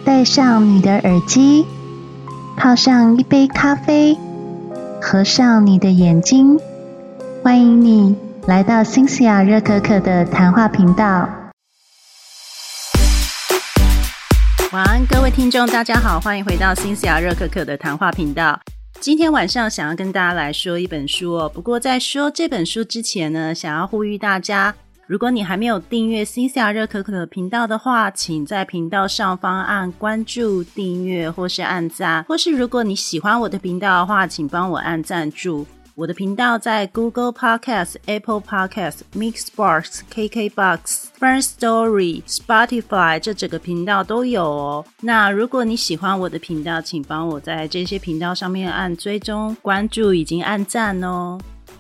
戴上你的耳机，泡上一杯咖啡，合上你的眼睛，欢迎你来到辛西亚热可可的谈话频道。 晚安，各位听众，大家好，欢迎回到辛西亚热可可的谈话频道。今天晚上想要跟大家来说一本书哦，不过在说这本书之前呢，想要呼吁大家，如果你还没有订阅辛西亚热可可的频道的话，请在频道上方按关注、订阅或是按赞，或是如果你喜欢我的频道的话，请帮我按赞助。我的频道在 Google Podcast、Apple Podcast、Mixbox、KKBox、Firstory、Spotify 这整个频道都有哦。那如果你喜欢我的频道，请帮我在这些频道上面按追踪、关注以及按赞哦。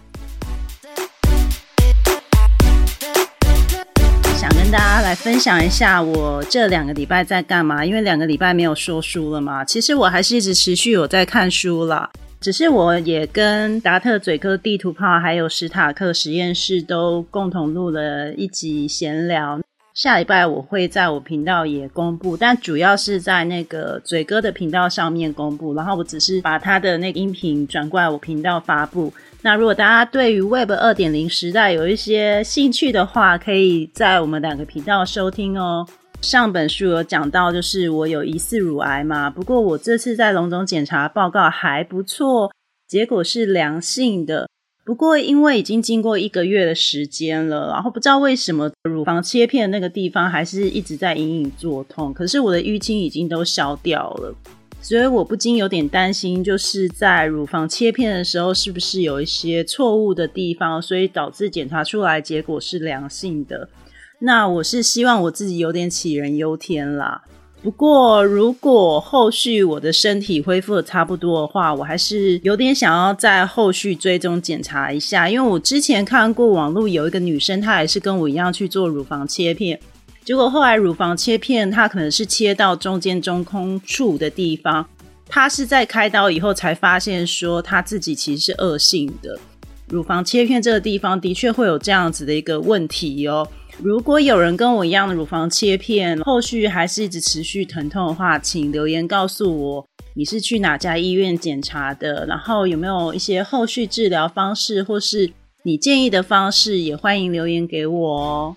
想跟大家来分享一下我这2个礼拜在干嘛，因为2个礼拜没有说书了嘛，其实我还是一直持续有在看书啦，只是我也跟达特嘴科地图炮还有史塔克实验室都共同录了一集闲聊，下礼拜我会在我频道也公布，但主要是在那个嘴哥的频道上面公布，然后我只是把他的那个音频转过来我频道发布。那如果大家对于 Web 2.0 时代有一些兴趣的话，可以在我们2个频道收听哦。上本书有讲到就是我有疑似乳癌嘛，不过我这次在龙总检查报告还不错，结果是良性的，不过因为已经经过1个月的时间了，然后不知道为什么乳房切片那个地方还是一直在隐隐作痛，可是我的淤青已经都消掉了，所以我不禁有点担心，就是在乳房切片的时候是不是有一些错误的地方，所以导致检查出来结果是良性的。那我是希望我自己有点杞人忧天啦，不过如果后续我的身体恢复的差不多的话，我还是有点想要在后续追踪检查一下，因为我之前看过网络有一个女生，她也是跟我一样去做乳房切片，结果后来乳房切片她可能是切到中间中空处的地方，她是在开刀以后才发现说她自己其实是恶性的。乳房切片这个地方的确会有这样子的一个问题哦。如果有人跟我一样的乳房切片，后续还是一直持续疼痛的话，请留言告诉我你是去哪家医院检查的，然后有没有一些后续治疗方式，或是你建议的方式，也欢迎留言给我哦。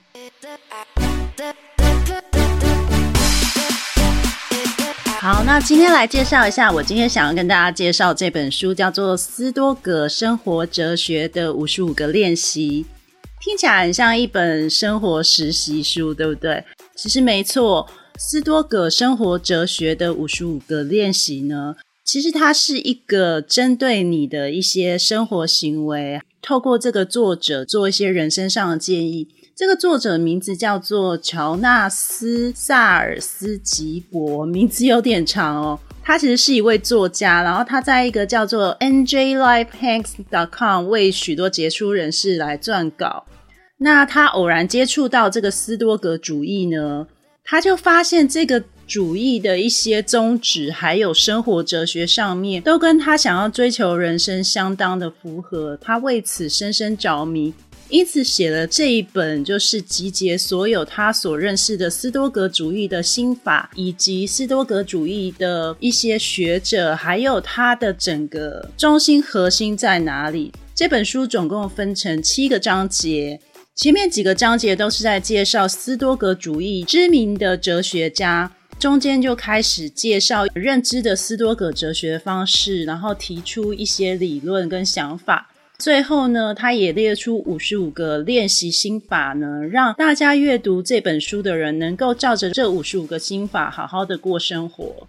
好，那今天来介绍一下，我今天想要跟大家介绍这本书，叫做斯多葛生活哲学的55个练习。听起来很像一本生活实习书，对不对？其实没错，斯多葛生活哲学的55个练习呢，其实它是一个针对你的一些生活行为，透过这个作者做一些人生上的建议。这个作者名字叫做乔纳斯·萨尔斯吉伯，名字有点长哦。他其实是一位作家，然后他在一个叫做 njlifehacks.com 为许多杰出人士来撰稿。那他偶然接触到这个斯多葛主义呢，他就发现这个主义的一些宗旨还有生活哲学上面都跟他想要追求人生相当的符合，他为此深深着迷，因此写了这一本就是集结所有他所认识的斯多葛主义的心法，以及斯多葛主义的一些学者，还有他的整个中心核心在哪里。这本书总共分成7个章节，前面几个章节都是在介绍斯多葛主义知名的哲学家，中间就开始介绍认知的斯多葛哲学方式，然后提出一些理论跟想法。最后呢，他也列出55个练习心法呢，让大家阅读这本书的人能够照着这55个心法好好的过生活。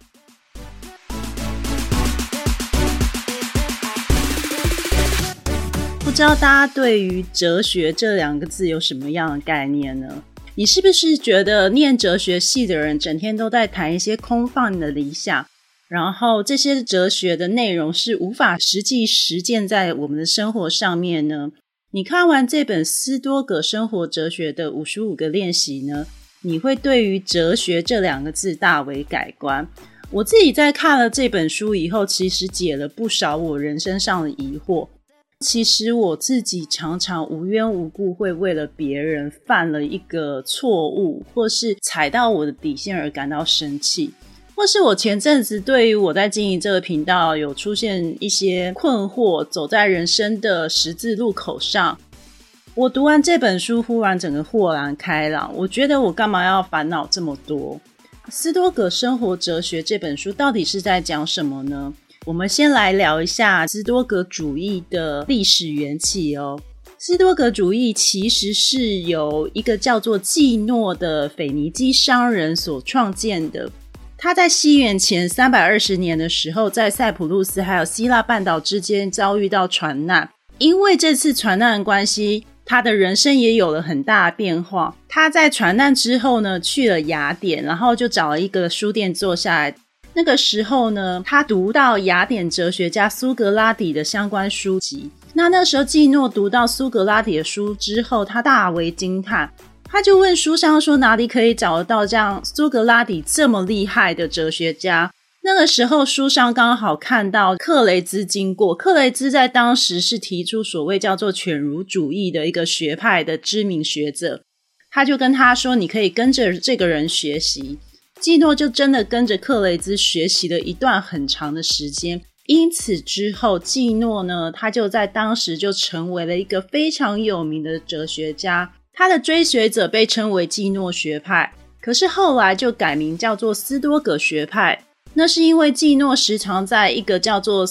不知道大家对于哲学这2个字有什么样的概念呢？你是不是觉得念哲学系的人整天都在谈一些空泛的理想，然后这些哲学的内容是无法实际实践在我们的生活上面呢？你看完这本斯多葛生活哲学的55个练习呢，你会对于哲学这2个字大为改观。我自己在看了这本书以后，其实解了不少我人生上的疑惑。其实我自己常常无缘无故会为了别人犯了一个错误，或是踩到我的底线而感到生气。 或是我前阵子对于我在经营这个频道有出现一些困惑，走在人生的十字路口上，我读完这本书忽然整个豁然开朗，我觉得我干嘛要烦恼这么多。斯多葛生活哲学这本书到底是在讲什么呢？我们先来聊一下斯多葛主义的历史缘起哦。斯多葛主义其实是由一个叫做季诺的腓尼基商人所创建的。他在西元前320年的时候，在塞浦路斯还有希腊半岛之间遭遇到船难，因为这次船难的关系，他的人生也有了很大的变化。他在船难之后呢，去了雅典，然后就找了一个书店坐下来。那个时候呢，他读到雅典哲学家苏格拉底的相关书籍。那时候季诺读到苏格拉底的书之后，他大为惊叹，他就问书商说哪里可以找得到像苏格拉底这么厉害的哲学家。那个时候书商刚好看到克雷兹经过，克雷兹在当时是提出所谓叫做犬儒主义的一个学派的知名学者，他就跟他说你可以跟着这个人学习。季诺就真的跟着克雷兹学习了一段很长的时间，因此之后季诺呢，他就在当时就成为了一个非常有名的哲学家，他的追随者被称为季诺学派，可是后来就改名叫做斯多葛学派。那是因为季诺时常在一个叫做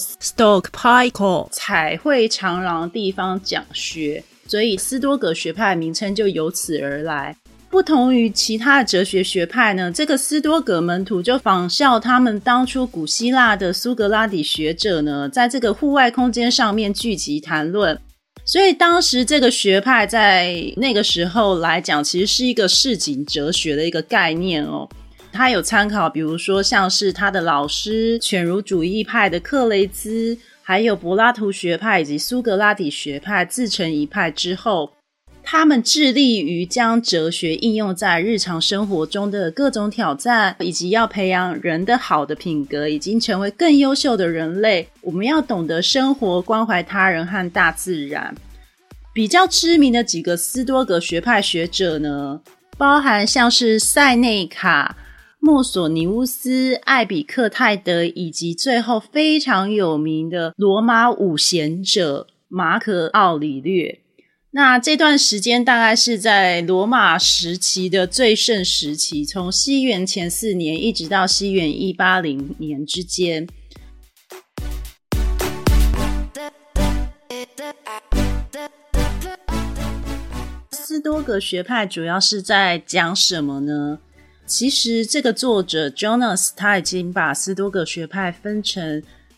Stokpiko 彩绘长廊的地方讲学，所以斯多葛学派的名称就由此而来。不同于其他的哲学学派呢，这个斯多葛门徒就仿效他们当初古希腊的苏格拉底学者呢，在这个户外空间上面聚集谈论。所以当时这个学派在那个时候来讲，其实是一个市井哲学的一个概念哦。他有参考比如说像是他的老师犬儒主义派的克雷兹，还有柏拉图学派以及苏格拉底学派自成一派之后，他们致力于将哲学应用在日常生活中的各种挑战，以及要培养人的好的品格，已经成为更优秀的人类。我们要懂得生活，关怀他人和大自然。比较知名的几个斯多葛学派学者呢，包含像是塞内卡、墨索尼乌斯、艾比克泰德，以及最后非常有名的罗马五贤者马可奥里略。那这段时间大概是在罗马时期的最盛时期，从西元前4年一直到西元180年之间。斯多葛学派主要是在讲什么呢？其实这个作者 Jonas 他已经把斯多葛学派分成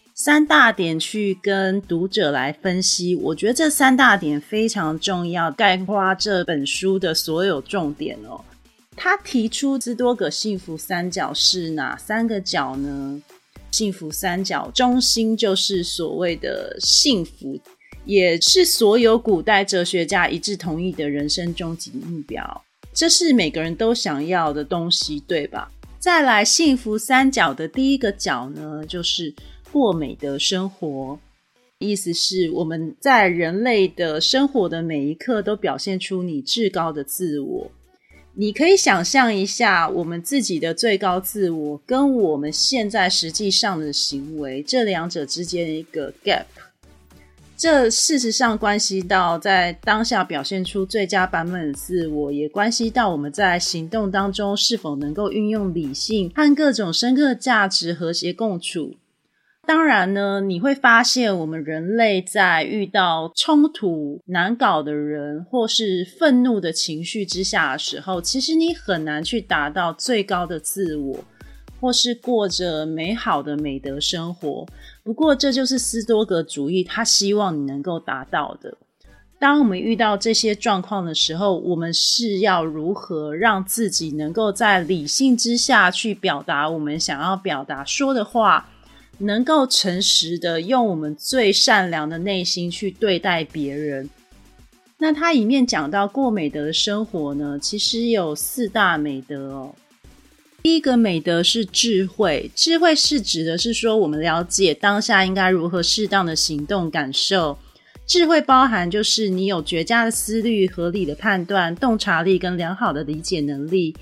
3大点去跟读者来分析，我觉得这3大点非常重要，概括这本书的所有重点哦。他提出斯多葛幸福三角是哪3个角呢？幸福三角中心就是所谓的幸福，也是所有古代哲学家一致同意的人生终极目标，这是每个人都想要的东西，对吧？再来，幸福三角的第一个角呢，就是过美德生活，意思是我们在人类的生活的每一刻都表现出你至高的自我。你可以想象一下，我们自己的最高自我跟我们现在实际上的行为，这两者之间的一个 gap， 这事实上关系到在当下表现出最佳版本的自我，也关系到我们在行动当中是否能够运用理性和各种深刻价值和谐共处。当然呢，你会发现我们人类在遇到冲突、难搞的人或是愤怒的情绪之下的时候，其实你很难去达到最高的自我，或是过着美好的美德生活。不过这就是斯多葛主义他希望你能够达到的。当我们遇到这些状况的时候，我们是要如何让自己能够在理性之下去表达我们想要表达说的话，能够诚实的用我们最善良的内心去对待别人。那他里面讲到过美德的生活呢，其实有4大美德哦。第一个美德是智慧，智慧是指的是说我们了解当下应该如何适当的行动感受。智慧包含就是你有绝佳的思虑、合理的判断、洞察力跟良好的理解能力。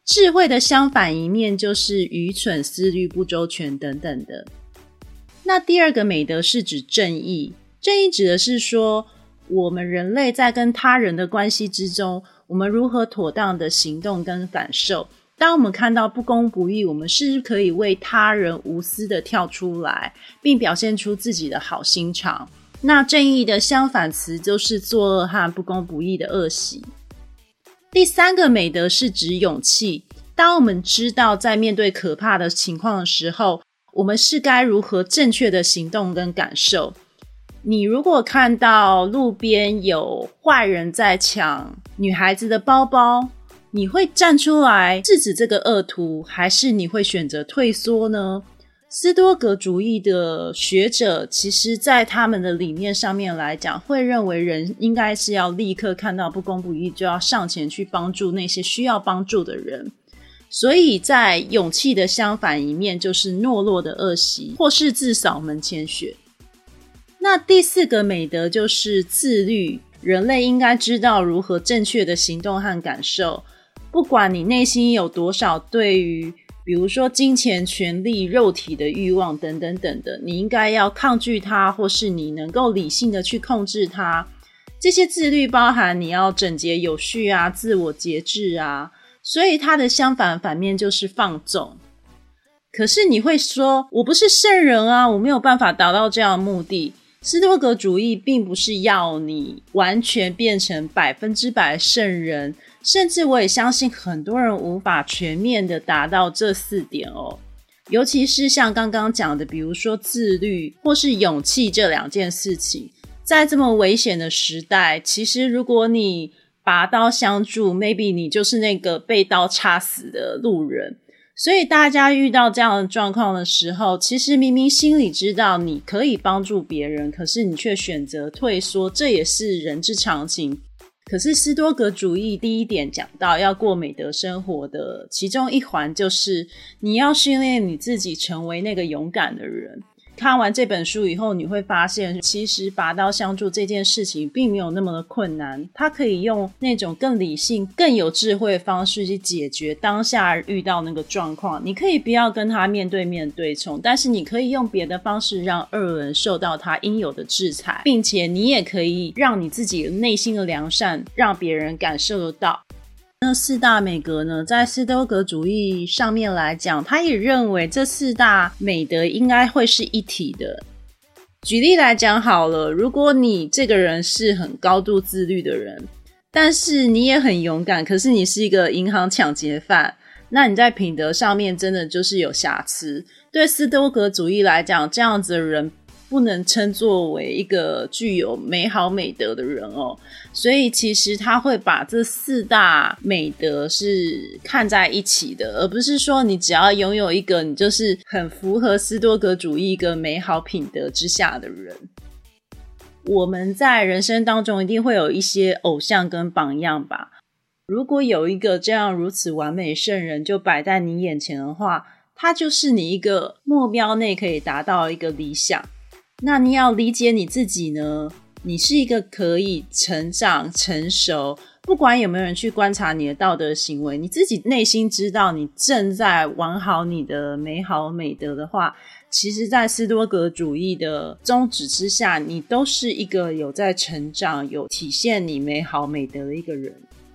智慧的相反一面就是愚蠢、思虑不周全等等的。那第二个美德是指正义，正义指的是说我们人类在跟他人的关系之中，我们如何妥当的行动跟感受。当我们看到不公不义，我们是不是可以为他人无私的跳出来，并表现出自己的好心肠。那正义的相反词就是作恶和不公不义的恶习。第三个美德是指勇气，当我们知道在面对可怕的情况的时候，我们是该如何正确的行动跟感受。你如果看到路边有坏人在抢女孩子的包包，你会站出来制止这个恶徒，还是你会选择退缩呢？斯多葛主义的学者其实在他们的理念上面来讲，会认为人应该是要立刻看到不公不义就要上前去帮助那些需要帮助的人。所以在勇气的相反一面就是懦弱的恶习，或是自扫门前雪。那第四个美德就是自律，人类应该知道如何正确的行动和感受，不管你内心有多少对于比如说金钱、权力、肉体的欲望等等等的，你应该要抗拒它，或是你能够理性的去控制它。这些自律包含你要整洁有序啊，自我节制啊，所以它的反面就是放纵。可是你会说，我不是圣人啊，我没有办法达到这样的目的。斯多葛主义并不是要你完全变成100%圣人，甚至我也相信很多人无法全面的达到这4点哦。尤其是像刚刚讲的，比如说自律或是勇气这2件事情，在这么危险的时代，其实如果你拔刀相助 maybe 你就是那个被刀插死的路人。所以大家遇到这样的状况的时候，其实明明心里知道你可以帮助别人，可是你却选择退缩，这也是人之常情。可是斯多葛主义第1点讲到要过美德生活的其中一环，就是你要训练你自己成为那个勇敢的人。看完这本书以后，你会发现其实拔刀相助这件事情并没有那么的困难，它可以用那种更理性更有智慧的方式去解决当下遇到那个状况。你可以不要跟他面对面对冲，但是你可以用别的方式让恶人受到他应有的制裁，并且你也可以让你自己内心的良善让别人感受得到。那4大美格呢，在斯多葛主义上面来讲，他也认为这4大美德应该会是一体的。举例来讲好了，如果你这个人是很高度自律的人，但是你也很勇敢，可是你是一个银行抢劫犯，那你在品德上面真的就是有瑕疵。对斯多葛主义来讲，这样子的人不能称作为一个具有美好美德的人哦。所以其实他会把这4大美德是看在一起的，而不是说你只要拥有一个，你就是很符合斯多葛主义一个美好品德之下的人。我们在人生当中一定会有一些偶像跟榜样吧，如果有一个这样如此完美圣人就摆在你眼前的话，他就是你一个目标内可以达到一个理想。那你要理解你自己呢，你是一个可以成长成熟，不管有没有人去观察你的道德行为，你自己内心知道你正在玩好你的美好美德的话，其实在斯多葛主义的宗旨之下，你都是一个有在成长有体现你美好美德的一个人。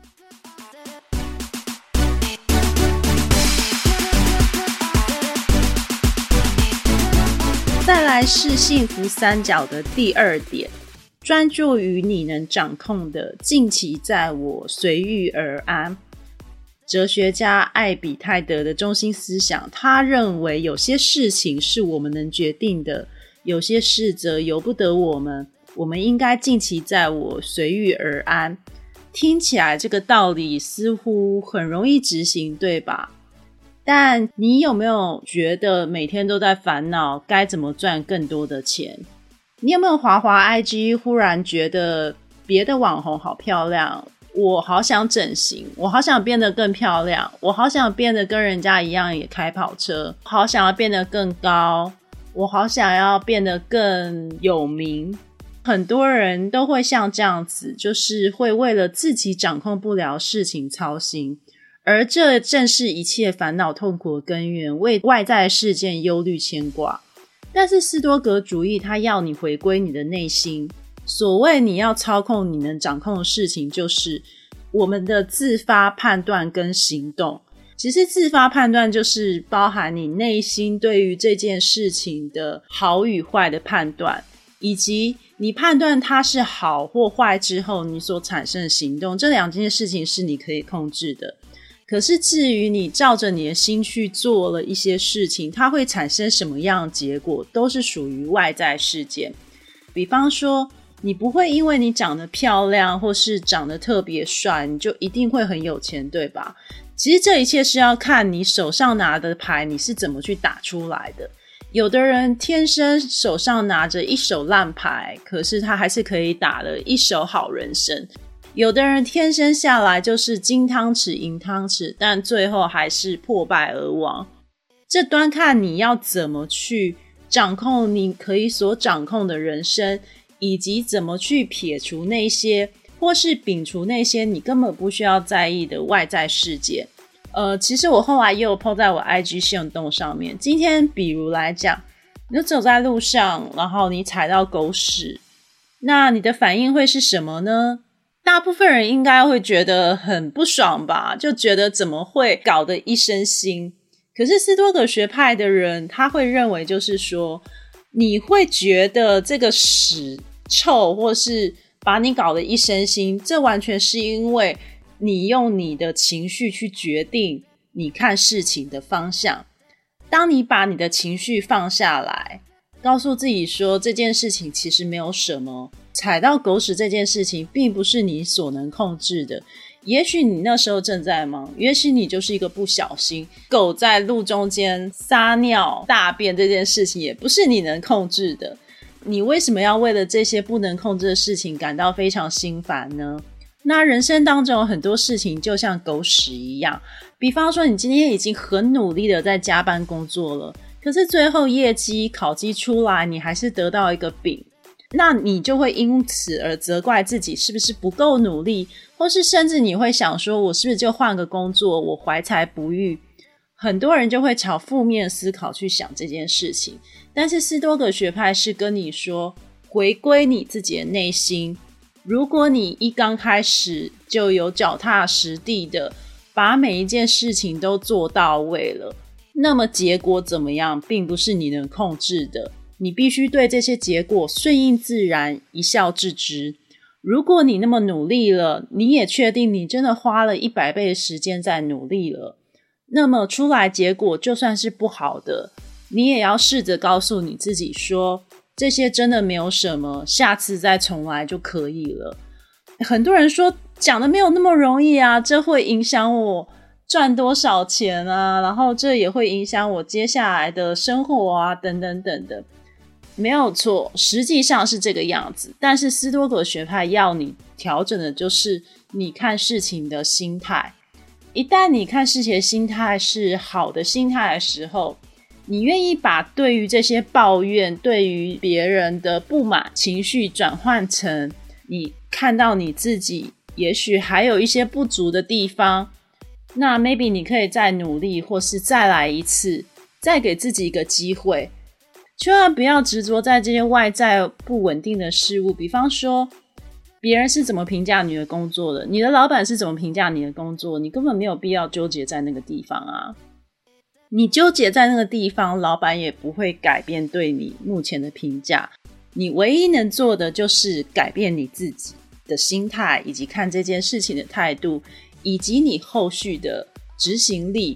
再来是幸福三角的第2点，专注于你能掌控的，尽其在我，随遇而安。哲学家艾比泰德的中心思想，他认为有些事情是我们能决定的，有些事则由不得我们，我们应该尽其在我，随遇而安。听起来这个道理似乎很容易执行，对吧？但你有没有觉得每天都在烦恼该怎么赚更多的钱？你有没有滑 IG 忽然觉得别的网红好漂亮，我好想整形，我好想变得更漂亮，我好想变得跟人家一样也开跑车，好想要变得更高，我好想要变得更有名。很多人都会像这样子，就是会为了自己掌控不了事情操心， 而这正是一切烦恼痛苦的根源，为外在事件忧虑牵挂。但是斯多葛主义它要你回归你的内心，所谓你要操控你能掌控的事情，就是我们的自发判断跟行动。其实自发判断就是包含你内心对于这件事情的好与坏的判断，以及你判断它是好或坏之后你所产生的行动，这两件事情是你可以控制的。可是至于你照着你的心去做了一些事情，它会产生什么样的结果，都是属于外在事件。比方说你不会因为你长得漂亮或是长得特别帅你就一定会很有钱，对吧？其实这一切是要看你手上拿的牌你是怎么去打出来的。有的人天生手上拿着一手烂牌，可是他还是可以打了一手好人生。有的人天生下来就是金汤匙银汤匙，但最后还是破败而亡。这端看你要怎么去掌控你可以所掌控的人生，以及怎么去撇除那些或是摒除那些你根本不需要在意的外在事件。其实我后来也有 po 在我 IG 限动上面。今天比如来讲，你就走在路上，然后你踩到狗屎，那你的反应会是什么呢？大部分人应该会觉得很不爽吧，就觉得怎么会搞得一身腥。可是斯多葛学派的人他会认为就是说，你会觉得这个屎臭或是把你搞得一身腥，这完全是因为你用你的情绪去决定你看事情的方向。当你把你的情绪放下来，告诉自己说这件事情其实没有什么，踩到狗屎这件事情并不是你所能控制的。也许你那时候正在忙，也许你就是一个不小心，狗在路中间撒尿大便这件事情也不是你能控制的。你为什么要为了这些不能控制的事情感到非常心烦呢？那人生当中有很多事情就像狗屎一样，比方说你今天已经很努力的在加班工作了，可是最后业绩考绩出来你还是得到一个丙，那你就会因此而责怪自己是不是不够努力，或是甚至你会想说我是不是就换个工作，我怀才不遇。很多人就会朝负面思考去想这件事情，但是斯多葛学派是跟你说回归你自己的内心。如果你一刚开始就有脚踏实地的把每一件事情都做到位了，那么结果怎么样并不是你能控制的，你必须对这些结果顺应自然，一笑置之。如果你那么努力了，你也确定你真的花了100倍的时间在努力了，那么出来结果就算是不好的，你也要试着告诉你自己说这些真的没有什么，下次再重来就可以了。很多人说讲的没有那么容易啊，这会影响我赚多少钱啊，然后这也会影响我接下来的生活啊，等等等等。没有错，实际上是这个样子，但是斯多葛学派要你调整的就是你看事情的心态。一旦你看事情的心态是好的心态的时候，你愿意把对于这些抱怨，对于别人的不满情绪转换成你看到你自己也许还有一些不足的地方，那 maybe 你可以再努力，或是再来一次，再给自己一个机会。千万不要执着在这些外在不稳定的事物，比方说别人是怎么评价你的工作的，你的老板是怎么评价你的工作，你根本没有必要纠结在那个地方啊。你纠结在那个地方，老板也不会改变对你目前的评价。你唯一能做的就是改变你自己的心态，以及看这件事情的态度，以及你后续的执行力。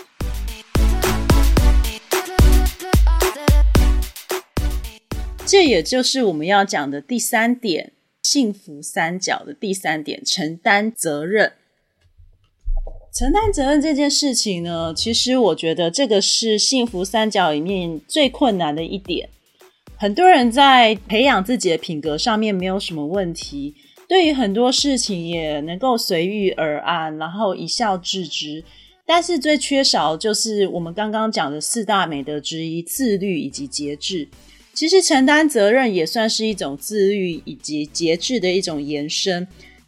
这也就是我们要讲的第3点，幸福三角的第3点，承担责任。承担责任这件事情呢，其实我觉得这个是幸福三角里面最困难的一点。很多人在培养自己的品格上面没有什么问题，对于很多事情也能够随遇而安，然后一笑置之，但是最缺少就是我们刚刚讲的4大美德之一，自律以及节制。其实承担责任也算是一种自律以及节制的一种延伸。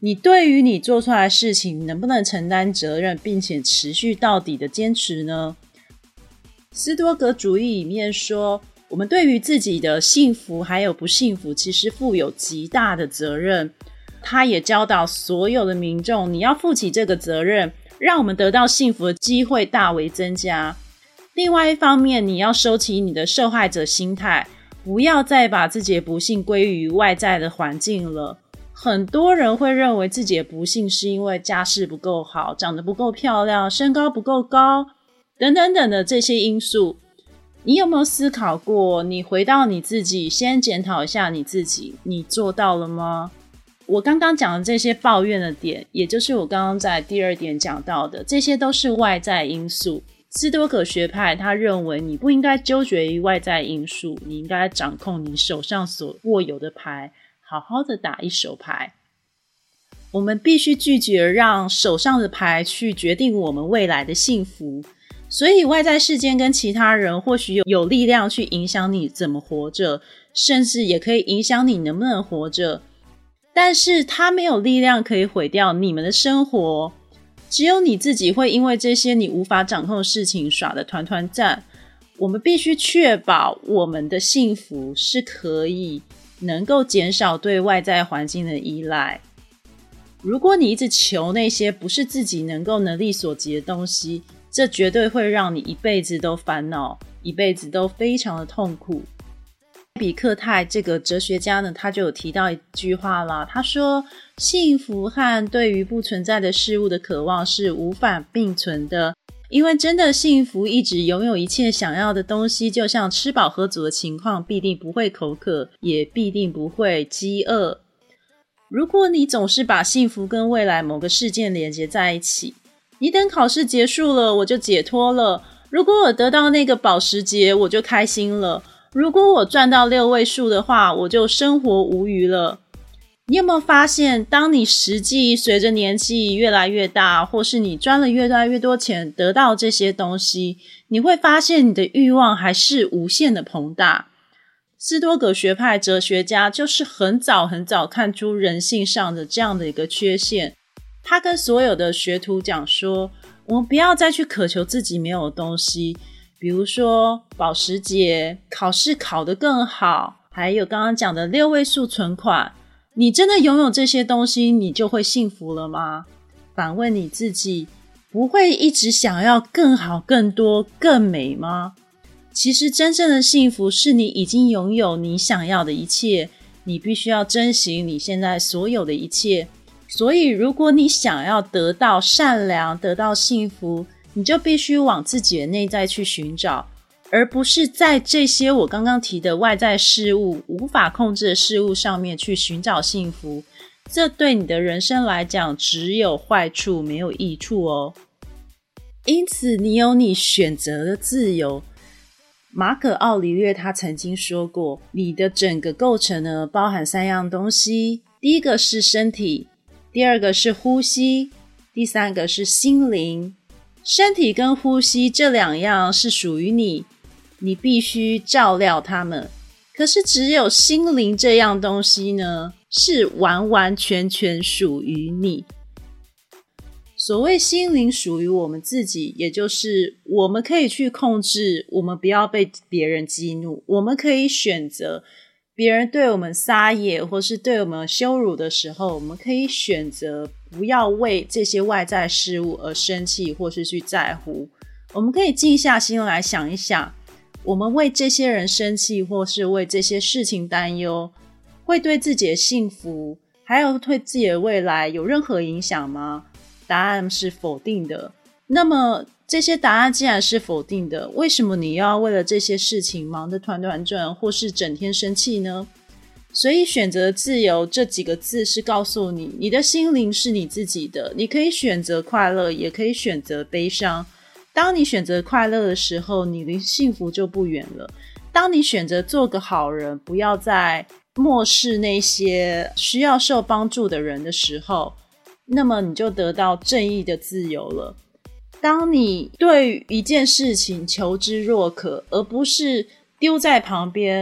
你对于你做出来的事情能不能承担责任，并且持续到底的坚持呢？斯多葛主义里面说，我们对于自己的幸福还有不幸福其实负有极大的责任。他也教导所有的民众，你要负起这个责任，让我们得到幸福的机会大为增加。另外一方面，你要收起你的受害者心态，不要再把自己的不幸归于外在的环境了。很多人会认为自己的不幸是因为家世不够好，长得不够漂亮，身高不够高，等等等的这些因素。你有没有思考过，你回到你自己，先检讨一下你自己，你做到了吗？我刚刚讲的这些抱怨的点，也就是我刚刚在第二点讲到的，这些都是外在因素。斯多葛学派他认为你不应该纠结于外在因素，你应该掌控你手上所握有的牌，好好的打一手牌。我们必须拒绝让手上的牌去决定我们未来的幸福。所以外在事件跟其他人或许有力量去影响你怎么活着，甚至也可以影响你能不能活着，但是它没有力量可以毁掉你们的生活。只有你自己会因为这些你无法掌控的事情耍得团团战。我们必须确保我们的幸福是可以能够减少对外在环境的依赖。如果你一直求那些不是自己能力所及的东西，这绝对会让你一辈子都烦恼，一辈子都非常的痛苦。比克泰这个哲学家呢，他就有提到一句话啦，他说幸福和对于不存在的事物的渴望是无法并存的，因为真的幸福一直拥有一切想要的东西，就像吃饱喝足的情况，必定不会口渴，也必定不会饥饿。如果你总是把幸福跟未来某个事件连接在一起，你等考试结束了我就解脱了，如果我得到那个保时捷我就开心了，如果我赚到6位数的话我就生活无虞了。你有没有发现，当你实际随着年纪越来越大，或是你赚了越来越多钱得到这些东西，你会发现你的欲望还是无限的膨大。斯多葛学派哲学家就是很早看出人性上的这样的一个缺陷。他跟所有的学徒讲说，我们不要再去渴求自己没有的东西，比如说保时捷，考试考得更好，还有刚刚讲的6位数存款。你真的拥有这些东西，你就会幸福了吗？反问你自己，不会一直想要更好、更多、更美吗？其实真正的幸福是你已经拥有你想要的一切，你必须要珍惜你现在所有的一切。所以如果你想要得到善良，得到幸福，你就必须往自己的内在去寻找，而不是在这些我刚刚提的外在事物，无法控制的事物上面去寻找幸福。这对你的人生来讲只有坏处没有益处哦。因此你有你选择的自由。马可奥里略他曾经说过，你的整个构成呢包含3样东西，第一个是身体，第二个是呼吸，第三个是心灵。身体跟呼吸这2样是属于你，你必须照料它们。可是只有心灵这样东西呢，是完完全全属于你。所谓心灵属于我们自己，也就是我们可以去控制，我们不要被别人激怒，我们可以选择别人对我们撒野或是对我们羞辱的时候，我们可以选择不要为这些外在事物而生气或是去在乎。我们可以静下心来想一想，我们为这些人生气或是为这些事情担忧，会对自己的幸福还有对自己的未来有任何影响吗？答案是否定的。那么这些答案既然是否定的，为什么你要为了这些事情忙得团团转或是整天生气呢？所以选择自由这几个字是告诉你，你的心灵是你自己的，你可以选择快乐，也可以选择悲伤。当你选择快乐的时候，你离幸福就不远了。当你选择做个好人，不要再漠视那些需要受帮助的人的时候，那么你就得到正义的自由了。当你对一件事情求之若渴，而不是丢在旁边，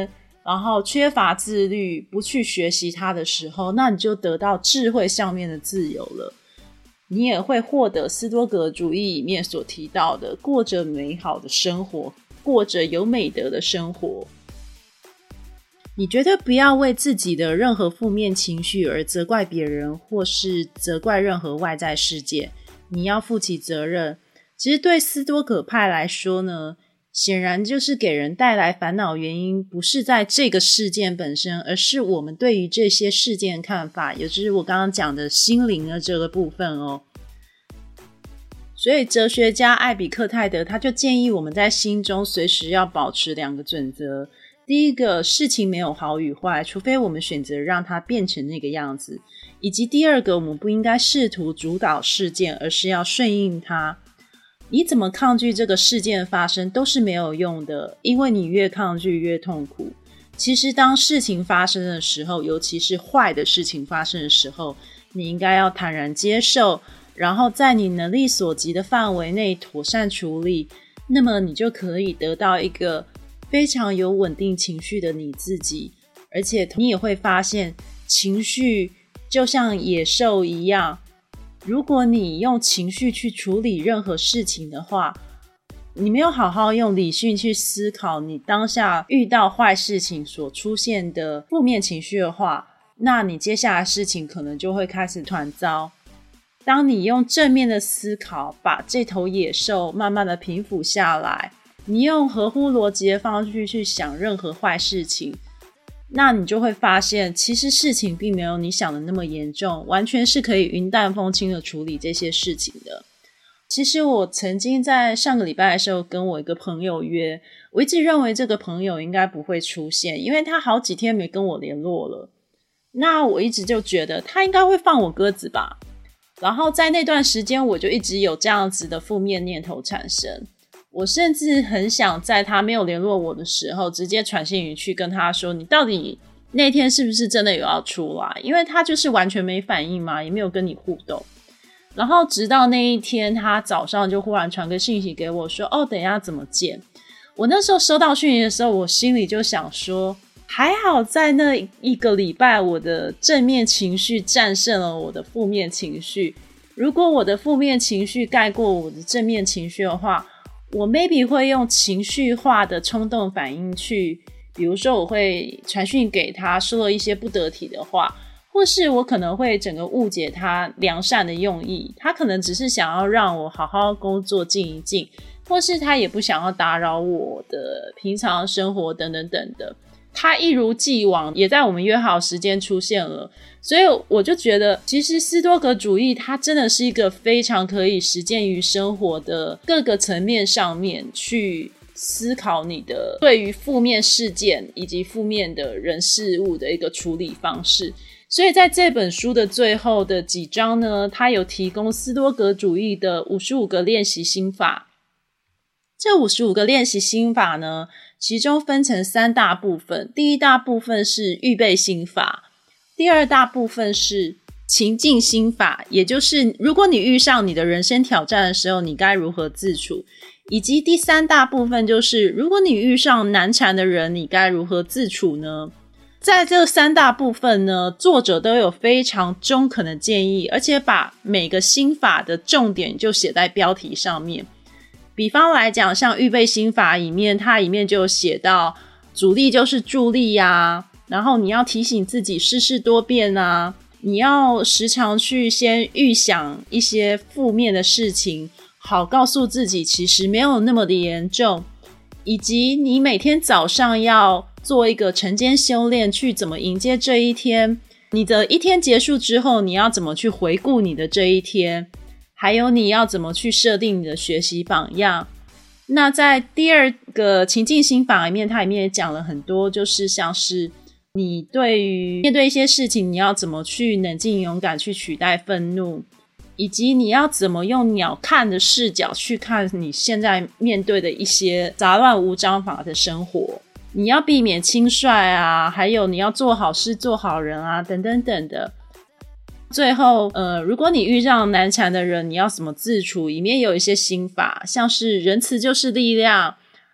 然后缺乏自律，不去学习它的时候，那你就得到智慧上面的自由了。你也会获得斯多葛主义里面所提到的过着美好的生活，过着有美德的生活。你绝对不要为自己的任何负面情绪而责怪别人，或是责怪任何外在事件，你要负起责任。其实对斯多葛派来说呢，显然就是给人带来烦恼原因不是在这个事件本身，而是我们对于这些事件的看法，也就是我刚刚讲的心灵的这个部分哦。所以哲学家艾比克泰德他就建议我们在心中随时要保持2个准则。第一个，事情没有好与坏，除非我们选择让它变成那个样子。以及第二个，我们不应该试图主导事件，而是要顺应它。你怎么抗拒这个事件的发生都是没有用的，因为你越抗拒越痛苦。其实当事情发生的时候，尤其是坏的事情发生的时候，你应该要坦然接受，然后在你能力所及的范围内妥善处理，那么你就可以得到一个非常有稳定情绪的你自己。而且你也会发现情绪就像野兽一样，如果你用情绪去处理任何事情的话，你没有好好用理性去思考你当下遇到坏事情所出现的负面情绪的话，那你接下来的事情可能就会开始团糟。当你用正面的思考把这头野兽慢慢的平复下来，你用合乎逻辑的方式去想任何坏事情，那你就会发现其实事情并没有你想的那么严重，完全是可以云淡风轻的处理这些事情的。其实我曾经在上个礼拜的时候跟我一个朋友约，我一直认为这个朋友应该不会出现，因为他好几天没跟我联络了。那我一直就觉得他应该会放我鸽子吧。然后在那段时间我就一直有这样子的负面念头产生，我甚至很想在他没有联络我的时候直接传讯息去跟他说，你到底那天是不是真的有要出来，因为他就是完全没反应嘛，也没有跟你互动。然后直到那一天他早上就忽然传个讯息给我说，等一下怎么见。我那时候收到讯息的时候，我心里就想说，还好在那一个礼拜我的正面情绪战胜了我的负面情绪，如果我的负面情绪盖过我的正面情绪的话，我 maybe 会用情绪化的冲动反应去，比如说我会传讯给他说了一些不得体的话，或是我可能会整个误解他良善的用意，他可能只是想要让我好好工作静一静，或是他也不想要打扰我的平常生活等等等的。他一如既往也在我们约好时间出现了，所以我就觉得其实斯多葛主义它真的是一个非常可以实践于生活的各个层面上面去思考你的对于负面事件以及负面的人事物的一个处理方式。所以在这本书的最后的几章呢，它有提供斯多葛主义的55个练习心法。这55个练习心法呢，其中分成3大部分。第一大部分是预备心法，第二大部分是情境心法，也就是如果你遇上你的人生挑战的时候，你该如何自处，以及第3大部分就是如果你遇上难缠的人，你该如何自处呢？在这3大部分呢，作者都有非常中肯的建议，而且把每个心法的重点就写在标题上面。比方来讲，像预备心法里面，它里面就有写到阻力就是助力啊，然后你要提醒自己世事多变啊，你要时常去先预想一些负面的事情，好告诉自己其实没有那么的严重，以及你每天早上要做一个晨间修炼，去怎么迎接这一天，你的一天结束之后，你要怎么去回顾你的这一天，还有你要怎么去设定你的学习榜样。那在第2个情境心法里面，它里面也讲了很多，就是像是你对于面对一些事情，你要怎么去冷静勇敢去取代愤怒，以及你要怎么用鸟瞰的视角去看你现在面对的一些杂乱无章法的生活，你要避免轻率啊，还有你要做好事做好人啊，等等等的。最后如果你遇上难缠的人，你要怎么自处，里面有一些心法，像是仁慈就是力量，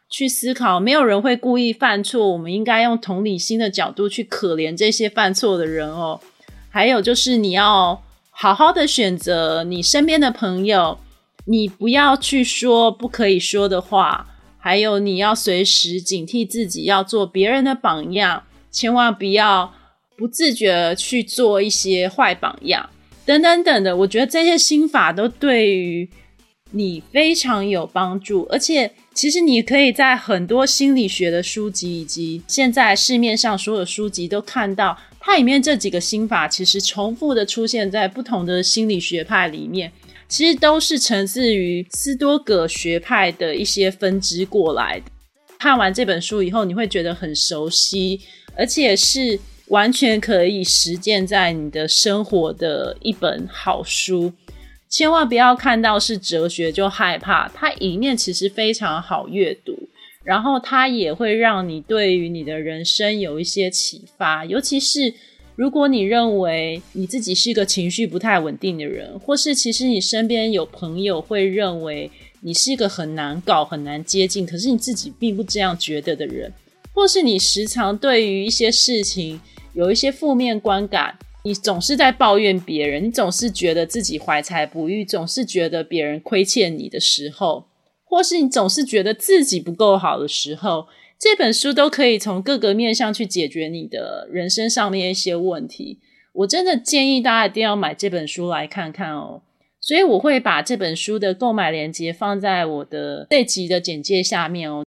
去思考，没有人会故意犯错，我们应该用同理心的角度去可怜这些犯错的人哦。还有就是你要好好的选择你身边的朋友，你不要去说不可以说的话，还有你要随时警惕自己，要做别人的榜样，千万不要不自觉去做一些坏榜样等等等的。我觉得这些心法都对于你非常有帮助，而且其实你可以在很多心理学的书籍以及现在市面上所有书籍都看到，它里面这几个心法其实重复的出现在不同的心理学派里面，其实都是承自于斯多葛学派的一些分支过来的。看完这本书以后，你会觉得很熟悉，而且是完全可以实践在你的生活的一本好书。千万不要看到是哲学就害怕，它里面其实非常好阅读，然后它也会让你对于你的人生有一些启发。尤其是如果你认为你自己是一个情绪不太稳定的人，或是其实你身边有朋友会认为你是一个很难搞很难接近，可是你自己并不这样觉得的人，或是你时常对于一些事情有一些负面观感，你总是在抱怨别人，你总是觉得自己怀才不遇，总是觉得别人亏欠你的时候，或是你总是觉得自己不够好的时候，这本书都可以从各个面向去解决你的人生上面一些问题。我真的建议大家一定要买这本书来看看哦。所以我会把这本书的购买链接放在我的这集的简介下面哦。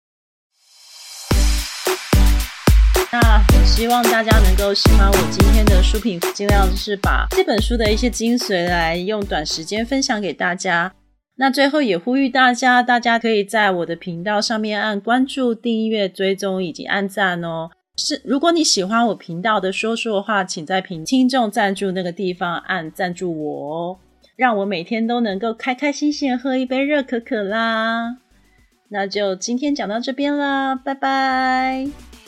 那希望大家能够喜欢我今天的书评，尽量就是把这本书的一些精髓来用短时间分享给大家。那最后也呼吁大家可以在我的频道上面按关注、订阅、追踪以及按赞哦。如果你喜欢我频道的说的话，请在听众赞助那个地方按赞助我哦，让我每天都能够开开心心喝一杯热可可啦。那就今天讲到这边啦，拜拜。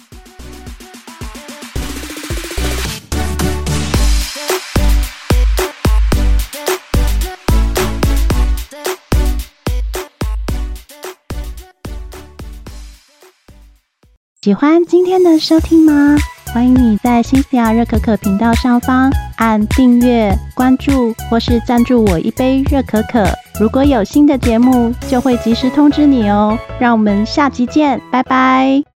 喜欢今天的收听吗？欢迎你在新西亚热可可频道上方按订阅、关注或是赞助我一杯热可可。如果有新的节目，就会及时通知你哦。让我们下集见，拜拜。